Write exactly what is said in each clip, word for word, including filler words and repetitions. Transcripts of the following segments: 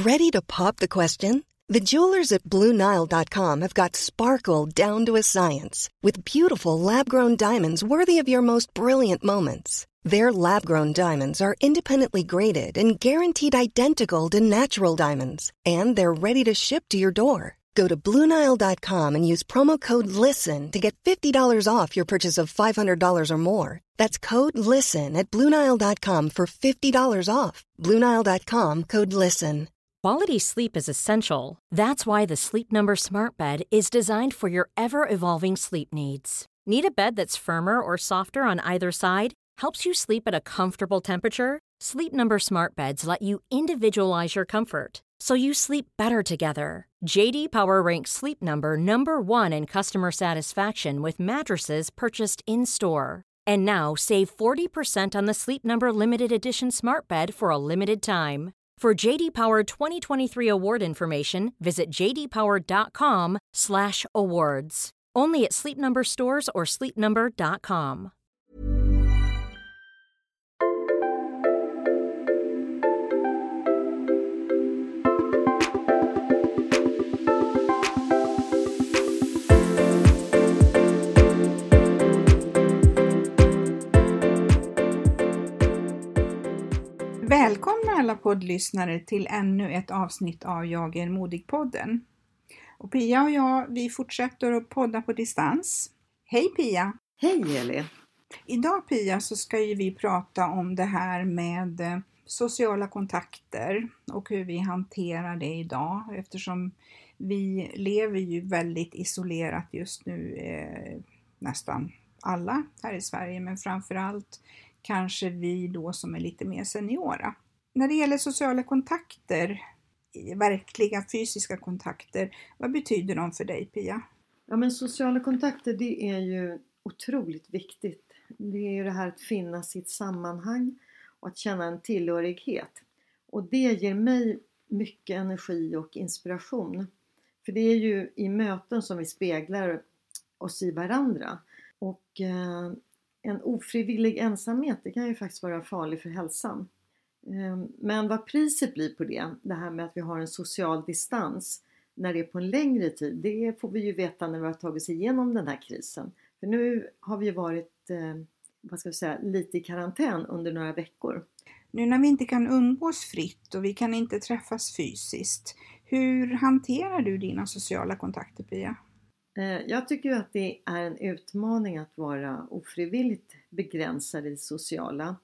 Ready to pop the question? The jewelers at Blue Nile dot com have got sparkle down to a science with beautiful lab-grown diamonds worthy of your most brilliant moments. Their lab-grown diamonds are independently graded and guaranteed identical to natural diamonds, and they're ready to ship to your door. Go to Blue Nile dot com and use promo code LISTEN to get fifty dollars off your purchase of five hundred dollars or more. That's code LISTEN at Blue Nile dot com for fifty dollars off. Blue Nile dot com, code LISTEN. Quality sleep is essential. That's why the Sleep Number Smart Bed is designed for your ever-evolving sleep needs. Need a bed that's firmer or softer on either side? Helps you sleep at a comfortable temperature? Sleep Number Smart Beds let you individualize your comfort, so you sleep better together. J D Power ranks Sleep Number number one in customer satisfaction with mattresses purchased in-store. And now, save forty percent on the Sleep Number Limited Edition Smart Bed for a limited time. For J D Power twenty twenty-three award information, visit j d power dot com slash awards. Only at Sleep Number stores or sleep number dot com. Välkomna alla poddlyssnare till ännu ett avsnitt av Jag är modig-podden. Och Pia och jag, vi fortsätter att podda på distans. Hej Pia! Hej Elin! Idag Pia så ska ju vi prata om det här med sociala kontakter och hur vi hanterar det idag. Eftersom vi lever ju väldigt isolerat just nu, eh, nästan alla här i Sverige, men framförallt kanske vi då som är lite mer seniora. När det gäller sociala kontakter, verkliga fysiska kontakter, vad betyder de för dig Pia? Ja, men sociala kontakter, det är ju otroligt viktigt. Det är ju det här att finna sitt sammanhang och att känna en tillhörighet. Och det ger mig mycket energi och inspiration. För det är ju i möten som vi speglar oss i varandra. Och eh, en ofrivillig ensamhet, det kan ju faktiskt vara farlig för hälsan. Men vad priset blir på det, det här med att vi har en social distans när det är på en längre tid, det får vi ju veta när vi har tagit oss igenom den här krisen. För nu har vi varit, vad ska jag säga, lite i karantän under några veckor. Nu när vi inte kan umgås fritt och vi kan inte träffas fysiskt, hur hanterar du dina sociala kontakter Pia? Jag tycker ju att det är en utmaning att vara ofrivilligt begränsad i det sociala.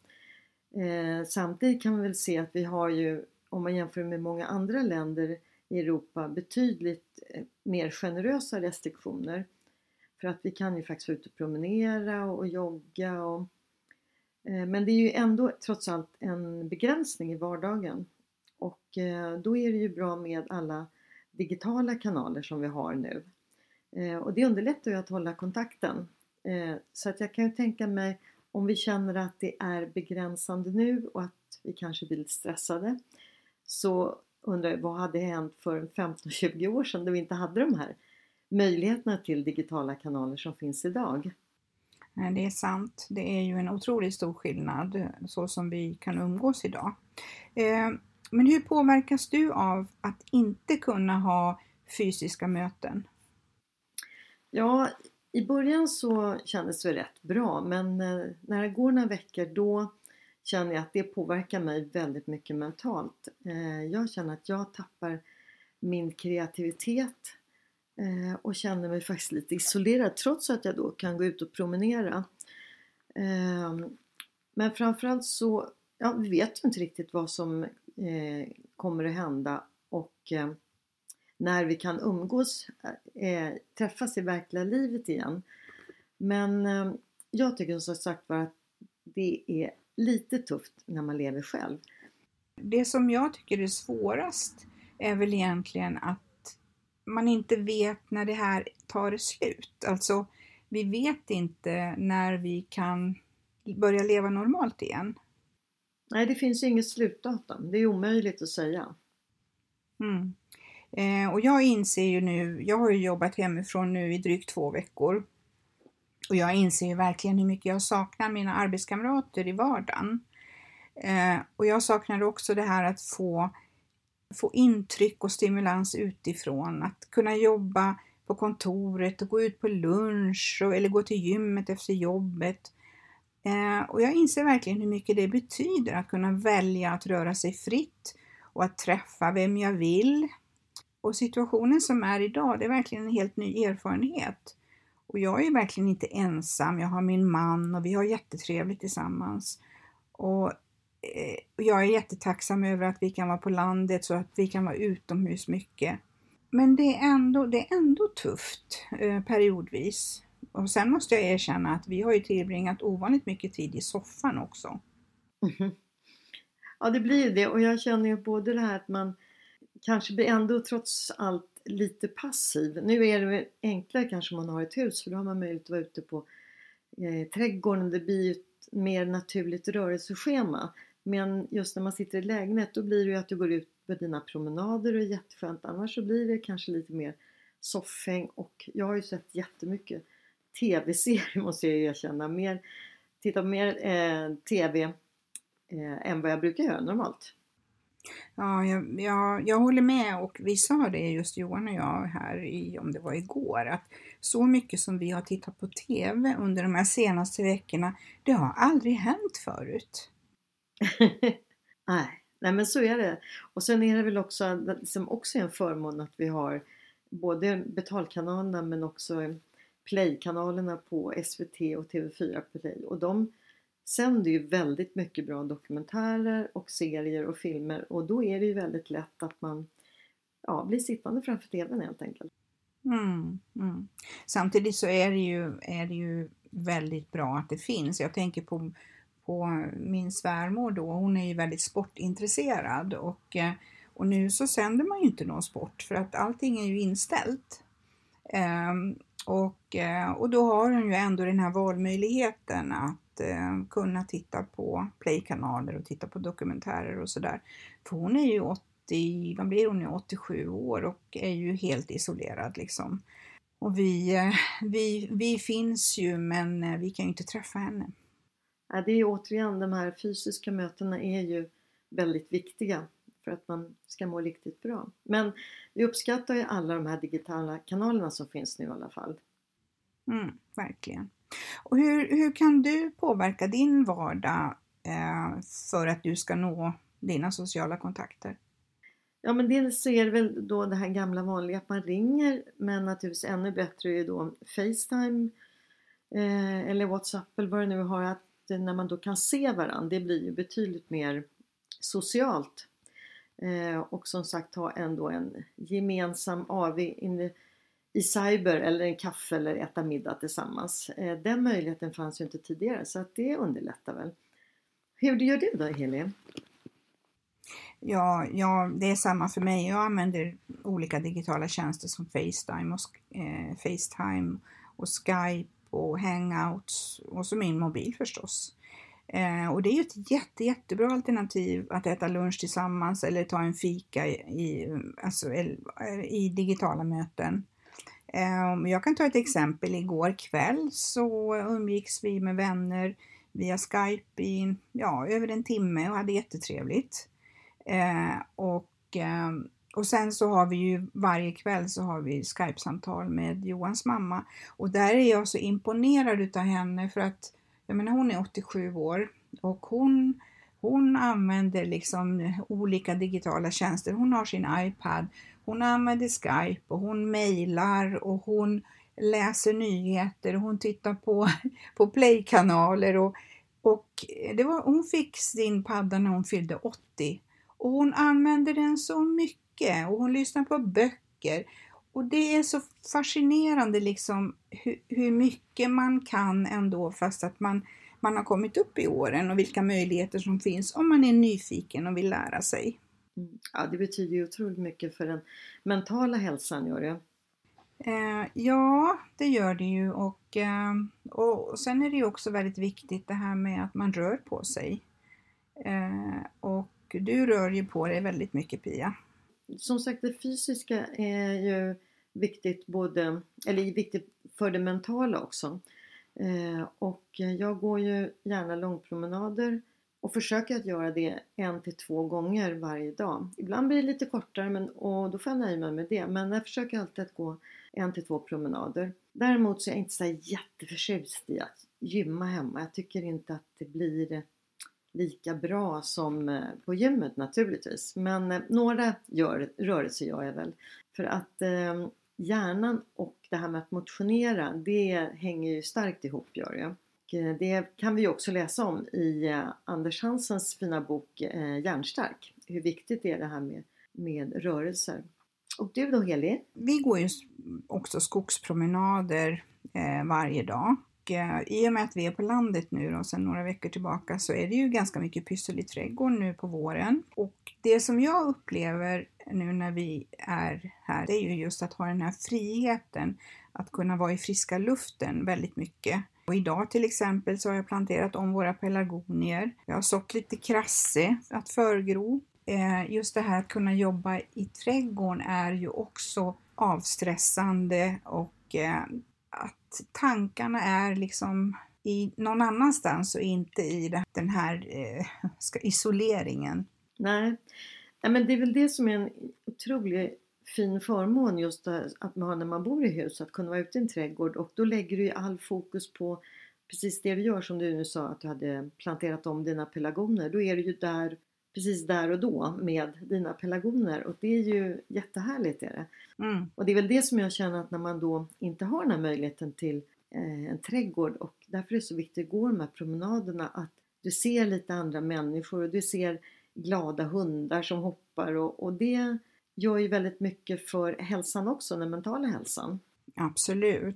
Eh, samtidigt kan man väl se att vi har ju, om man jämför med många andra länder i Europa, betydligt eh, mer generösa restriktioner. För att vi kan ju faktiskt ut och promenera och, och jogga. Och, eh, men det är ju ändå trots allt en begränsning i vardagen. Och eh, då är det ju bra med alla digitala kanaler som vi har nu. Eh, och det underlättar ju att hålla kontakten. Eh, så att jag kan ju tänka mig, om vi känner att det är begränsande nu och att vi kanske blir lite stressade, så undrar jag, vad hade hänt för femton till tjugo år sedan då vi inte hade de här möjligheterna till digitala kanaler som finns idag? Det är sant. Det är ju en otroligt stor skillnad så som vi kan umgås idag. Men hur påverkas du av att inte kunna ha fysiska möten? Ja, i början så kändes det rätt bra, men när det går några veckor då känner jag att det påverkar mig väldigt mycket mentalt. Jag känner att jag tappar min kreativitet och känner mig faktiskt lite isolerad trots att jag då kan gå ut och promenera. Men framförallt så, ja, vi vet ju inte riktigt vad som kommer att hända och när vi kan umgås, eh, träffas i verkliga livet igen. Men eh, jag tycker som sagt var att det är lite tufft när man lever själv. Det som jag tycker är svårast är väl egentligen att man inte vet när det här tar slut. Alltså vi vet inte när vi kan börja leva normalt igen. Nej, det finns ju inget slutdatum. Det är omöjligt att säga. Mm. Eh, och jag inser ju nu, jag har ju jobbat hemifrån nu i drygt två veckor. Och jag inser ju verkligen hur mycket jag saknar mina arbetskamrater i vardagen. Eh, och jag saknar också det här att få få intryck och stimulans utifrån. Att kunna jobba på kontoret och gå ut på lunch och, eller gå till gymmet efter jobbet. Eh, och jag inser verkligen hur mycket det betyder att kunna välja att röra sig fritt och att träffa vem jag vill. Och situationen som är idag, det är verkligen en helt ny erfarenhet. Och jag är verkligen inte ensam, jag har min man och vi har jättetrevligt tillsammans. Och eh, jag är jättetacksam över att vi kan vara på landet så att vi kan vara utomhus mycket. Men det är ändå, det är ändå tufft eh, periodvis. Och sen måste jag erkänna att vi har ju tillbringat ovanligt mycket tid i soffan också. Mm-hmm. Ja, det blir det. Och jag känner ju både det här att man kanske blir ändå trots allt lite passiv. Nu är det enklare kanske om man har ett hus, för då har man möjlighet att vara ute på eh, trädgården. Det blir ett mer naturligt rörelseschema. Men just när man sitter i lägenhet, då blir det ju att du går ut på dina promenader och är jätteskönt. Annars så blir det kanske lite mer soffhäng. Och jag har ju sett jättemycket tv-serier, måste jag erkänna. Mer, titta mer eh, tv eh, än vad jag brukar göra normalt. Ja, jag, jag, jag håller med, och vi sa det just Johan och jag här i, om det var igår, att så mycket som vi har tittat på tv under de här senaste veckorna, det har aldrig hänt förut. Nej, nej, men så är det. Och sen är det väl också, som också är en förmån, att vi har både betalkanalerna men också Play-kanalerna på S V T och T V fyra Play. Och de sänder ju väldigt mycket bra dokumentärer och serier och filmer. Och då är det ju väldigt lätt att man ja, blir sittande framför tvn helt enkelt. Mm, mm. Samtidigt så är det, ju, är det ju väldigt bra att det finns. Jag tänker på, på min svärmor då. Hon är ju väldigt sportintresserad. Och, och nu så sänder man ju inte någon sport, för att allting är ju inställt. Um, och, och då har hon ju ändå den här valmöjligheten att uh, kunna titta på Play-kanaler och titta på dokumentärer och sådär. För hon är ju åttio, vad blir hon nu, åttiosju år och är ju helt isolerad liksom. Och vi, uh, vi, vi finns ju, men uh, vi kan ju inte träffa henne. Ja, det är ju återigen, de här fysiska mötena är ju väldigt viktiga för att man ska må riktigt bra. Men vi uppskattar ju alla de här digitala kanalerna som finns nu i alla fall. Mm, verkligen. Och hur, hur kan du påverka din vardag eh, för att du ska nå dina sociala kontakter? Ja, men dels så är det väl då det här gamla vanliga att man ringer, men naturligtvis ännu bättre är ju då FaceTime eh, eller WhatsApp eller vad det nu har, att när man då kan se varandra, det blir ju betydligt mer socialt. Eh, och som sagt ha ändå en gemensam A V inne i cyber, eller en kaffe eller äta middag tillsammans. Eh, den möjligheten fanns ju inte tidigare, så att det underlättar väl. Hur gör du då, Heli? Ja, ja, det är samma för mig. Jag använder olika digitala tjänster som FaceTime och, eh, FaceTime och Skype och Hangouts, och så min mobil förstås. Eh, och det är ju ett jätte, jättebra alternativ att äta lunch tillsammans eller ta en fika i, alltså, i digitala möten. Eh, jag kan ta ett exempel. Igår kväll så umgicks vi med vänner via Skype i ja, över en timme och hade jättetrevligt. Eh, och, eh, och sen så har vi ju varje kväll så har vi Skype-samtal med Johans mamma. Och där är jag så imponerad utav henne, för att jag menar, hon är åttiosju år och hon, hon använder liksom olika digitala tjänster. Hon har sin iPad, hon använder Skype och hon mejlar och hon läser nyheter och hon tittar på, på Play-kanaler. Och, och det var, hon fick sin padda när hon fyllde åttio och hon använder den så mycket och hon lyssnar på böcker. Och det är så fascinerande liksom hur, hur mycket man kan ändå, fast att man, man har kommit upp i åren, och vilka möjligheter som finns om man är nyfiken och vill lära sig. Mm. Ja, det betyder ju otroligt mycket för den mentala hälsan, gör det. Eh, ja, det gör det ju. Och, eh, och sen är det ju också väldigt viktigt det här med att man rör på sig. Eh, och du rör ju på dig väldigt mycket, Pia. Som sagt, det fysiska är ju viktigt, både, eller viktigt för det mentala också. Eh, och jag går ju gärna långpromenader Och försöker att göra det en till två gånger varje dag. Ibland blir det lite kortare men, och då får jag nöja mig med det. Men jag försöker alltid att gå en till två promenader. Däremot så är jag inte så jätteförtjust i att gymma hemma. Jag tycker inte att det blir lika bra som på gymmet naturligtvis. Men några gör, rörelser gör jag väl. För att eh, hjärnan och det här med att motionera, det hänger ju starkt ihop gör jag. Det kan vi också läsa om i Anders Hansens fina bok Hjärnstark. Hur viktigt är det här med, med rörelser. Och du då Heli? Vi går ju också skogspromenader eh, varje dag. Och, eh, I och med att vi är på landet nu och sedan några veckor tillbaka så är det ju ganska mycket pyssel i trädgården nu på våren. Och det som jag upplever nu när vi är här, det är ju just att ha den här friheten att kunna vara i friska luften väldigt mycket. Och idag till exempel så har jag planterat om våra pelargonier. Jag har sått lite krasse att förgro. Eh, just det här att kunna jobba i trädgården är ju också avstressande och eh, att tankarna är liksom i någon annanstans och inte i den här eh, ska, isoleringen. Nej. Nej, men det är väl det som är en otrolig fin förmån just att man har när man bor i hus, att kunna vara ute i en trädgård, och då lägger du ju all fokus på precis det du gör, som du nu sa att du hade planterat om dina pelargoner. Då är du ju där, precis där och då med dina pelargoner, och det är ju jättehärligt är det. Mm. Och det är väl det som jag känner att när man då inte har den här möjligheten till eh, en trädgård, och därför är det så viktigt att gå de här promenaderna, att du ser lite andra människor och du ser glada hundar som hoppar, och, och det gör ju väldigt mycket för hälsan också, den mentala hälsan. Absolut.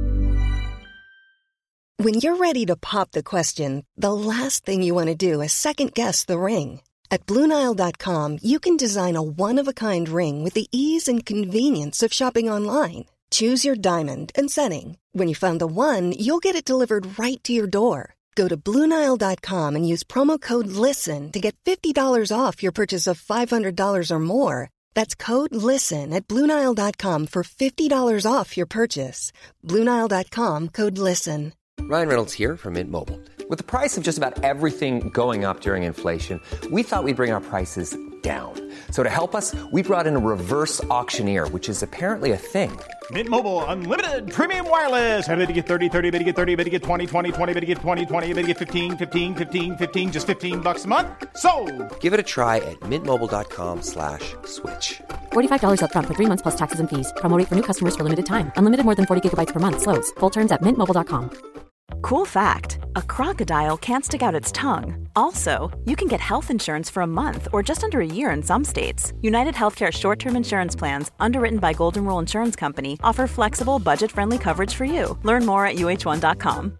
When you're ready to pop the question, the last thing you want to do is second guess the ring. At Blue Nile dot com you can design a one-of-a-kind ring with the ease and convenience of shopping online. Choose your diamond and setting. When you find the one, you'll get it delivered right to your door. Go to Blue Nile dot com and use promo code LISTEN to get fifty dollars off your purchase of five hundred dollars or more. That's code LISTEN at Blue Nile dot com for fifty dollars off your purchase. Blue Nile dot com, code LISTEN. Ryan Reynolds here from Mint Mobile. With the price of just about everything going up during inflation, we thought we'd bring our prices down. So to help us, we brought in a reverse auctioneer, which is apparently a thing. Mint Mobile Unlimited Premium Wireless. How to get thirty, thirty, how to get thirty, how to get twenty, twenty, twenty, how to get twenty, twenty, how to get fifteen, fifteen, fifteen, fifteen, just fifteen bucks a month? Sold! Give it a try at mintmobile.com slash switch. forty-five dollars up front for three months plus taxes and fees. Promo rate for new customers for limited time. Unlimited more than forty gigabytes per month. Slows full terms at mint mobile dot com. Cool fact, a crocodile can't stick out its tongue. Also, you can get health insurance for a month or just under a year in some states. United Healthcare short-term insurance plans, underwritten by Golden Rule Insurance Company, offer flexible, budget-friendly coverage for you. Learn more at u h one dot com.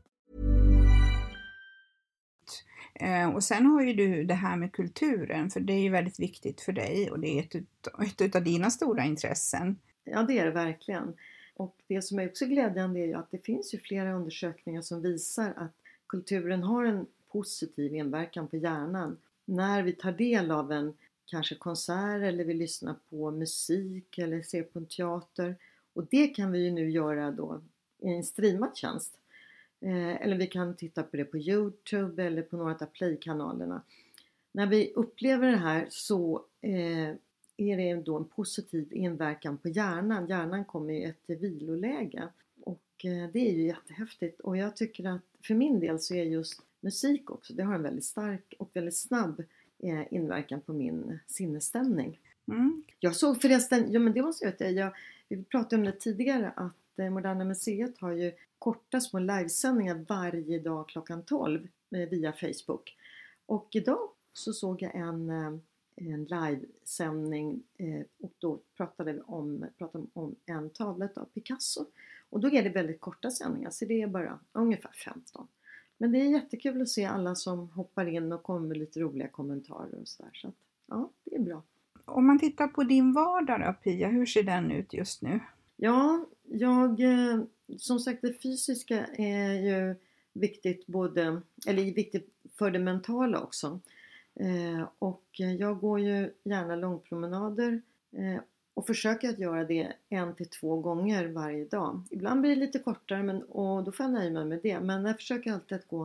Eh, och sen har ju du det här med kulturen, för det är ju väldigt viktigt för dig och det är ett, ett av dina stora intressen. Ja, det är det verkligen. Och det som är också glädjande är ju att det finns ju flera undersökningar som visar att kulturen har en positiv inverkan på hjärnan. När vi tar del av en kanske konsert eller vi lyssnar på musik eller ser på en teater. Och det kan vi ju nu göra då i en streamad tjänst. Eh, eller vi kan titta på det på YouTube eller på några av play-kanalerna. När vi upplever det här så eh, är det då en positiv inverkan på hjärnan. Hjärnan kommer i ett viloläge. Och eh, det är ju jättehäftigt. Och jag tycker att för min del så är just musik också. Det har en väldigt stark och väldigt snabb eh, inverkan på min sinnesstämning. Mm. Jag såg förresten, ja men det måste jag säga, jag, vi pratade om det tidigare att eh, Moderna Museet har ju korta små livesändningar varje dag klockan tolv eh, via Facebook. Och idag så såg jag en, eh, en livesändning eh, och då pratade vi om, pratade om en tavla av Picasso. Och då är det väldigt korta sändningar, så det är bara ungefär femton. Men det är jättekul att se alla som hoppar in och kommer med lite roliga kommentarer och sådär. Så att, ja, det är bra. Om man tittar på din vardag då, Pia, hur ser den ut just nu? Ja, jag, som sagt det fysiska är ju viktigt både, eller viktigt för det mentala också. Eh, och jag går ju gärna långpromenader eh, och försöker att göra det en till två gånger varje dag. Ibland blir det lite kortare men, och då får jag nöja mig med det. Men jag försöker alltid att gå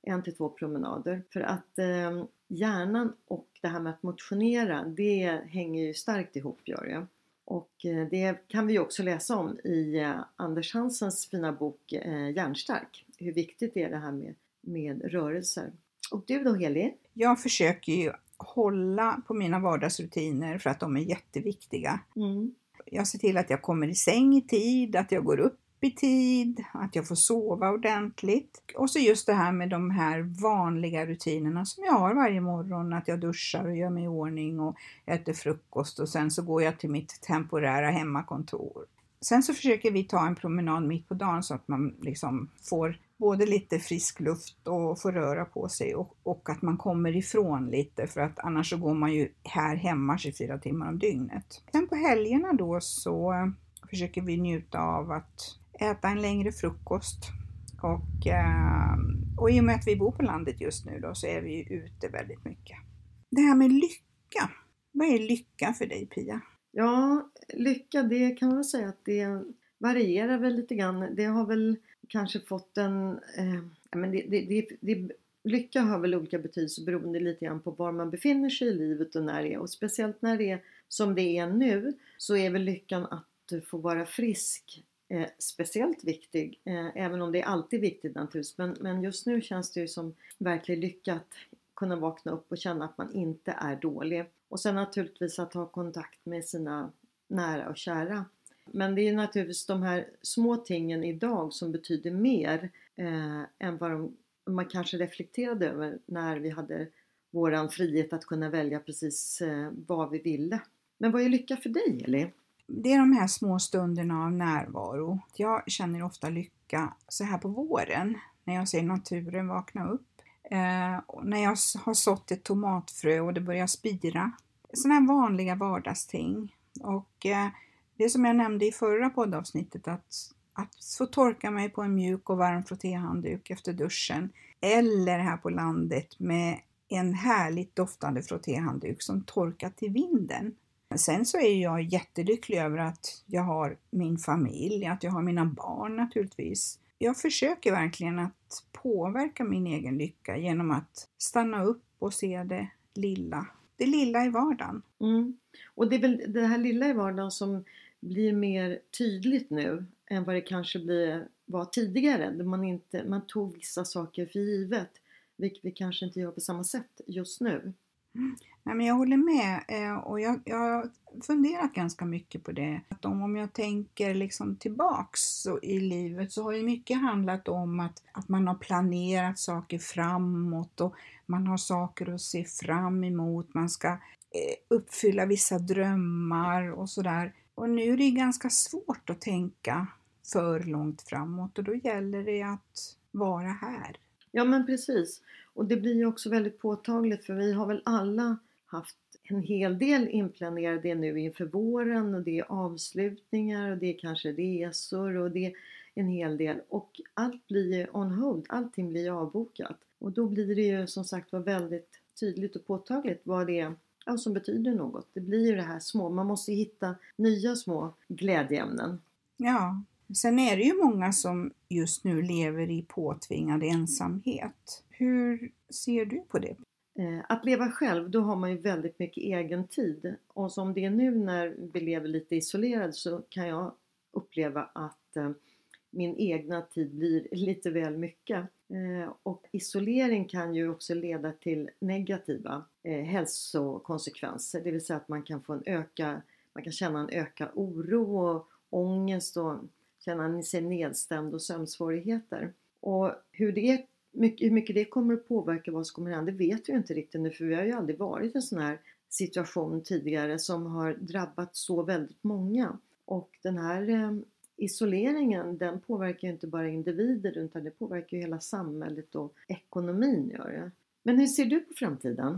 en till två promenader. För att eh, hjärnan och det här med att motionera, det hänger ju starkt ihop, gör det. Och eh, det kan vi också läsa om i eh, Anders Hansens fina bok eh, Hjärnstark. Hur viktigt är det här med, med rörelser. Och du då, Heli? Jag försöker ju hålla på mina vardagsrutiner för att de är jätteviktiga. Mm. Jag ser till att jag kommer i säng i tid, att jag går upp i tid, att jag får sova ordentligt. Och så just det här med de här vanliga rutinerna som jag har varje morgon. Att jag duschar och gör mig i ordning och äter frukost och sen så går jag till mitt temporära hemmakontor. Sen så försöker vi ta en promenad mitt på dagen så att man liksom får både lite frisk luft och får röra på sig och, och att man kommer ifrån lite, för att annars så går man ju här hemma tjugofyra timmar om dygnet. Sen på helgerna då så försöker vi njuta av att äta en längre frukost och, eh, och i och med att vi bor på landet just nu då så är vi ju ute väldigt mycket. Det här med lycka, vad är lycka för dig, Pia? Ja, lycka, det kan man väl säga att det varierar väl lite grann. Det har väl kanske fått en... Eh, men det, det, det, det, lycka har väl olika betydelser beroende lite grann på var man befinner sig i livet och när det är. Och speciellt när det är som det är nu så är väl lyckan att få vara frisk eh, speciellt viktig. Eh, även om det är alltid viktigt naturligtvis. Men, men just nu känns det ju som verklig lycka att kunna vakna upp och känna att man inte är dålig. Och sen naturligtvis att ha kontakt med sina nära och kära. Men det är naturligtvis de här små tingen idag som betyder mer eh, än vad de, man kanske reflekterade över när vi hade våran frihet att kunna välja precis eh, vad vi ville. Men vad är lycka för dig, Eli? Det är de här små stunderna av närvaro. Jag känner ofta lycka så här på våren när jag ser naturen vakna upp. Eh, och när jag har sått ett tomatfrö och det börjar spira. Sådana här vanliga vardagsting. Och eh, det som jag nämnde i förra poddavsnittet, att, att få torka mig på en mjuk och varm frottéhandduk efter duschen. Eller här på landet med en härligt doftande frottéhandduk som torkat till vinden. Sen så är jag jättelycklig över att jag har min familj, att jag har mina barn naturligtvis. Jag försöker verkligen att påverka min egen lycka genom att stanna upp och se det lilla. Det lilla i vardagen. Mm. Och det är väl det här lilla i vardagen som blir mer tydligt nu än vad det kanske blir, var tidigare. Där man, inte, man tog vissa saker för givet. Vilket vi kanske inte gör på samma sätt just nu. Mm. Nej, men jag håller med och jag, jag har funderat ganska mycket på det. Att om, om jag tänker liksom tillbaks så i livet så har ju mycket handlat om att, att man har planerat saker framåt och man har saker att se fram emot. Man ska eh, uppfylla vissa drömmar och sådär. Och nu är det ganska svårt att tänka för långt framåt och då gäller det att vara här. Ja, men precis. Och det blir ju också väldigt påtagligt för vi har väl alla haft en hel del inplanerade nu inför våren och det är avslutningar och det är kanske resor och det är en hel del. Och allt blir ju on hold, allting blir avbokat. Och då blir det ju som sagt var väldigt tydligt och påtagligt vad det är ja, som betyder något. Det blir ju det här små, man måste hitta nya små glädjeämnen. Ja. Sen är det ju många som just nu lever i påtvingad ensamhet. Hur ser du på det? Att leva själv, då har man ju väldigt mycket egen tid. Och som det är nu när vi lever lite isolerad så kan jag uppleva att min egna tid blir lite väl mycket. Och isolering kan ju också leda till negativa hälsokonsekvenser. Det vill säga att man kan få en öka, man kan känna en ökad oro och ångest och känna sig nedstämd och sömnsvårigheter. Och hur, det, hur mycket det kommer att påverka vad som kommer att hända, det vet vi ju inte riktigt nu. För vi har ju aldrig varit i en sån här situation tidigare som har drabbat så väldigt många. Och den här eh, isoleringen, den påverkar ju inte bara individer utan det påverkar ju hela samhället och ekonomin gör det. Men hur ser du på framtiden?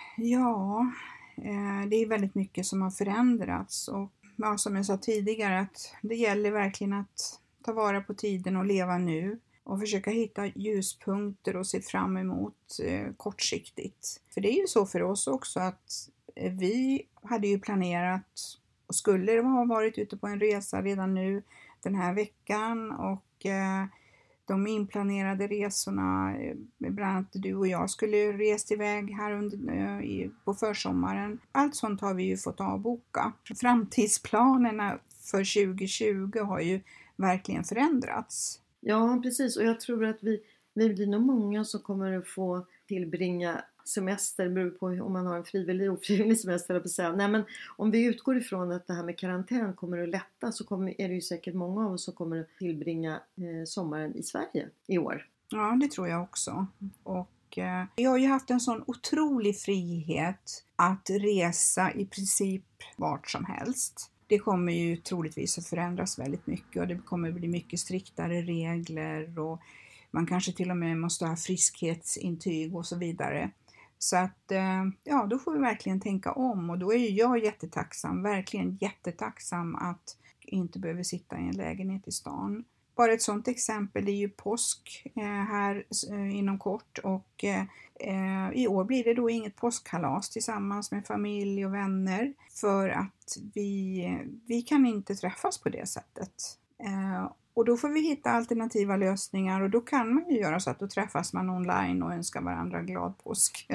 Ja, eh, det är väldigt mycket som har förändrats och ja, som jag sa tidigare att det gäller verkligen att ta vara på tiden och leva nu och försöka hitta ljuspunkter och se fram emot eh, kortsiktigt. För det är ju så för oss också att eh, vi hade ju planerat och skulle ha varit ute på en resa redan nu den här veckan och eh, de inplanerade resorna, bland annat du och jag skulle resa iväg här under, på försommaren. Allt sånt har vi ju fått avboka. Framtidsplanerna för tjugo tjugo har ju verkligen förändrats. Ja, precis. Och jag tror att vi, vi blir nog många som kommer att få tillbringa semester, beror på om man har en frivillig och ofrivillig semester. På säga. Nej, men om vi utgår ifrån att det här med karantän kommer att lätta, så kommer, är det ju säkert många av oss som kommer att tillbringa eh, sommaren i Sverige i år. Ja, det tror jag också. Och eh, jag har ju haft en sån otrolig frihet att resa i princip vart som helst. Det kommer ju troligtvis att förändras väldigt mycket och det kommer bli mycket striktare regler och man kanske till och med måste ha friskhetsintyg och så vidare. Så att, ja, då får vi verkligen tänka om och då är ju jag jättetacksam, verkligen jättetacksam att inte behöver sitta i en lägenhet i stan. Bara ett sådant exempel är ju påsk här inom kort och i år blir det då inget påskkalas tillsammans med familj och vänner för att vi, vi kan inte träffas på det sättet. Och då får vi hitta alternativa lösningar och då kan man ju göra så att då träffas man online och önskar varandra glad påsk.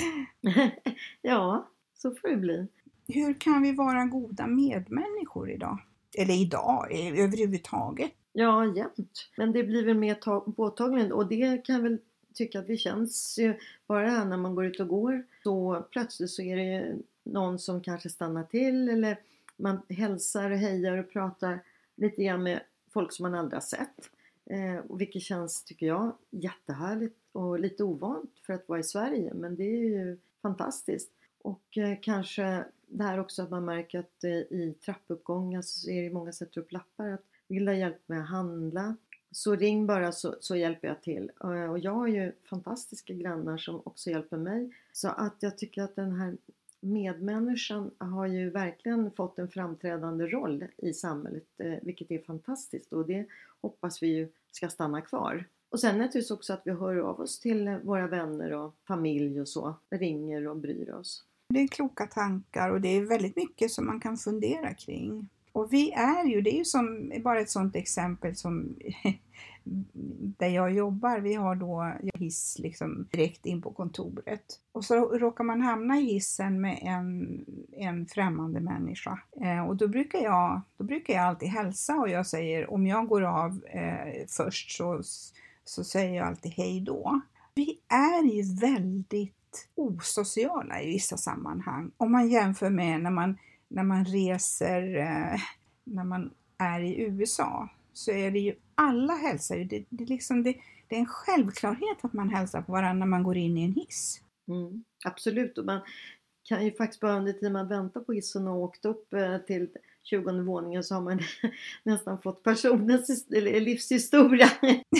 Ja, så får det bli. Hur kan vi vara goda medmänniskor idag? Eller idag, överhuvudtaget? Ja, jämt. Men det blir väl mer ta- påtagligt och det kan väl tycka att det känns ju bara här när man går ut och går. Så plötsligt så är det ju någon som kanske stannar till eller man hälsar och hejar och pratar lite grann med folk som man aldrig har sett. Eh, och vilket känns, tycker jag, jättehärligt och lite ovant för att vara i Sverige. Men det är ju fantastiskt. Och eh, kanske det här också att man märker att eh, i trappuppgångar så är det många som sätter upp lappar att vill du ha hjälp med att handla så ring bara så, så hjälper jag till. Eh, och jag har ju fantastiska grannar som också hjälper mig. Så att jag tycker att den här medmänniskan har ju verkligen fått en framträdande roll i samhället, eh, vilket är fantastiskt och det hoppas vi ju ska stanna kvar. Och sen naturligtvis också att vi hör av oss till våra vänner och familj och så, ringer och bryr oss. Det är kloka tankar och det är väldigt mycket som man kan fundera kring. Och vi är ju, det är ju som bara ett sånt exempel som där jag jobbar, vi har då hiss liksom direkt in på kontoret. Och så råkar man hamna i hissen med en, en främmande människa. Eh, och då brukar, jag, då brukar jag alltid hälsa och jag säger, om jag går av eh, först så, så säger jag alltid hej då. Vi är ju väldigt osociala i vissa sammanhang. Om man jämför med när man, när man reser, eh, när man är i U S A. Så är det ju, alla hälsar ju, det, det, liksom det, det är en självklarhet att man hälsar på varandra när man går in i en hiss. Mm, absolut, och man kan ju faktiskt bara under tiden man väntar på hissen och åkt upp till tjugonde våningen så har man nästan fått personens livshistoria.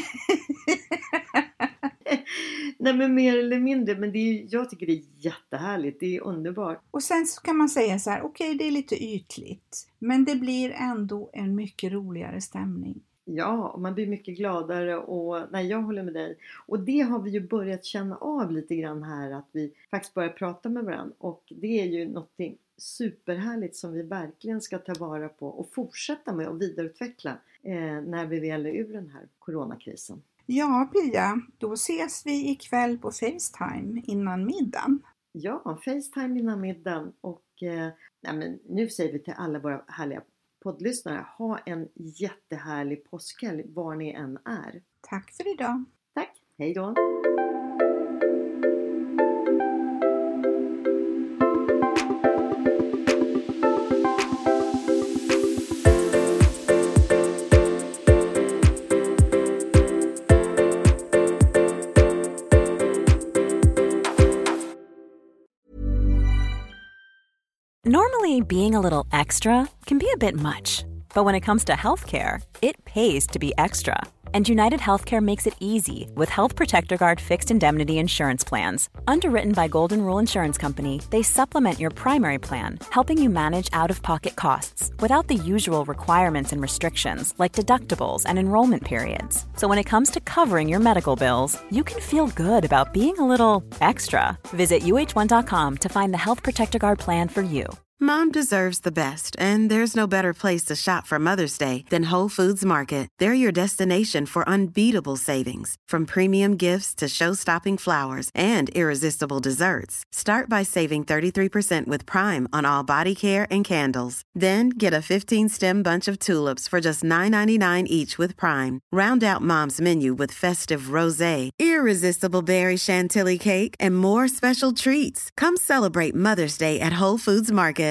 Nej, men mer eller mindre, men det är, jag tycker det är jättehärligt, det är underbart. Och sen så kan man säga så här, okej, okay, det är lite ytligt, men det blir ändå en mycket roligare stämning. Ja, och man blir mycket gladare och nej, jag håller med dig. Och det har vi ju börjat känna av lite grann här, att vi faktiskt börjar prata med varandra. Och det är ju någonting superhärligt som vi verkligen ska ta vara på och fortsätta med och vidareutveckla eh, när vi väl är ur den här coronakrisen. Ja, Pia, då ses vi ikväll på FaceTime innan middagen. Ja, FaceTime innan middagen. Och eh, nej, men nu säger vi till alla våra härliga poddlyssnare, ha en jättehärlig påskhelg var ni än är. Tack för idag. Tack, hej då. Normally, being a little extra can be a bit much, but when it comes to healthcare, it pays to be extra. And United Healthcare makes it easy with Health Protector Guard fixed indemnity insurance plans. Underwritten by Golden Rule Insurance Company, they supplement your primary plan, helping you manage out-of-pocket costs without the usual requirements and restrictions like deductibles and enrollment periods. So when it comes to covering your medical bills, you can feel good about being a little extra. Visit U H one dot com to find the Health Protector Guard plan for you. Mom deserves the best, and there's no better place to shop for Mother's Day than Whole Foods Market. They're your destination for unbeatable savings, from premium gifts to show-stopping flowers and irresistible desserts. Start by saving thirty-three percent with Prime on all body care and candles. Then get a fifteen-stem bunch of tulips for just nine ninety-nine each with Prime. Round out Mom's menu with festive rosé, irresistible berry chantilly cake, and more special treats. Come celebrate Mother's Day at Whole Foods Market.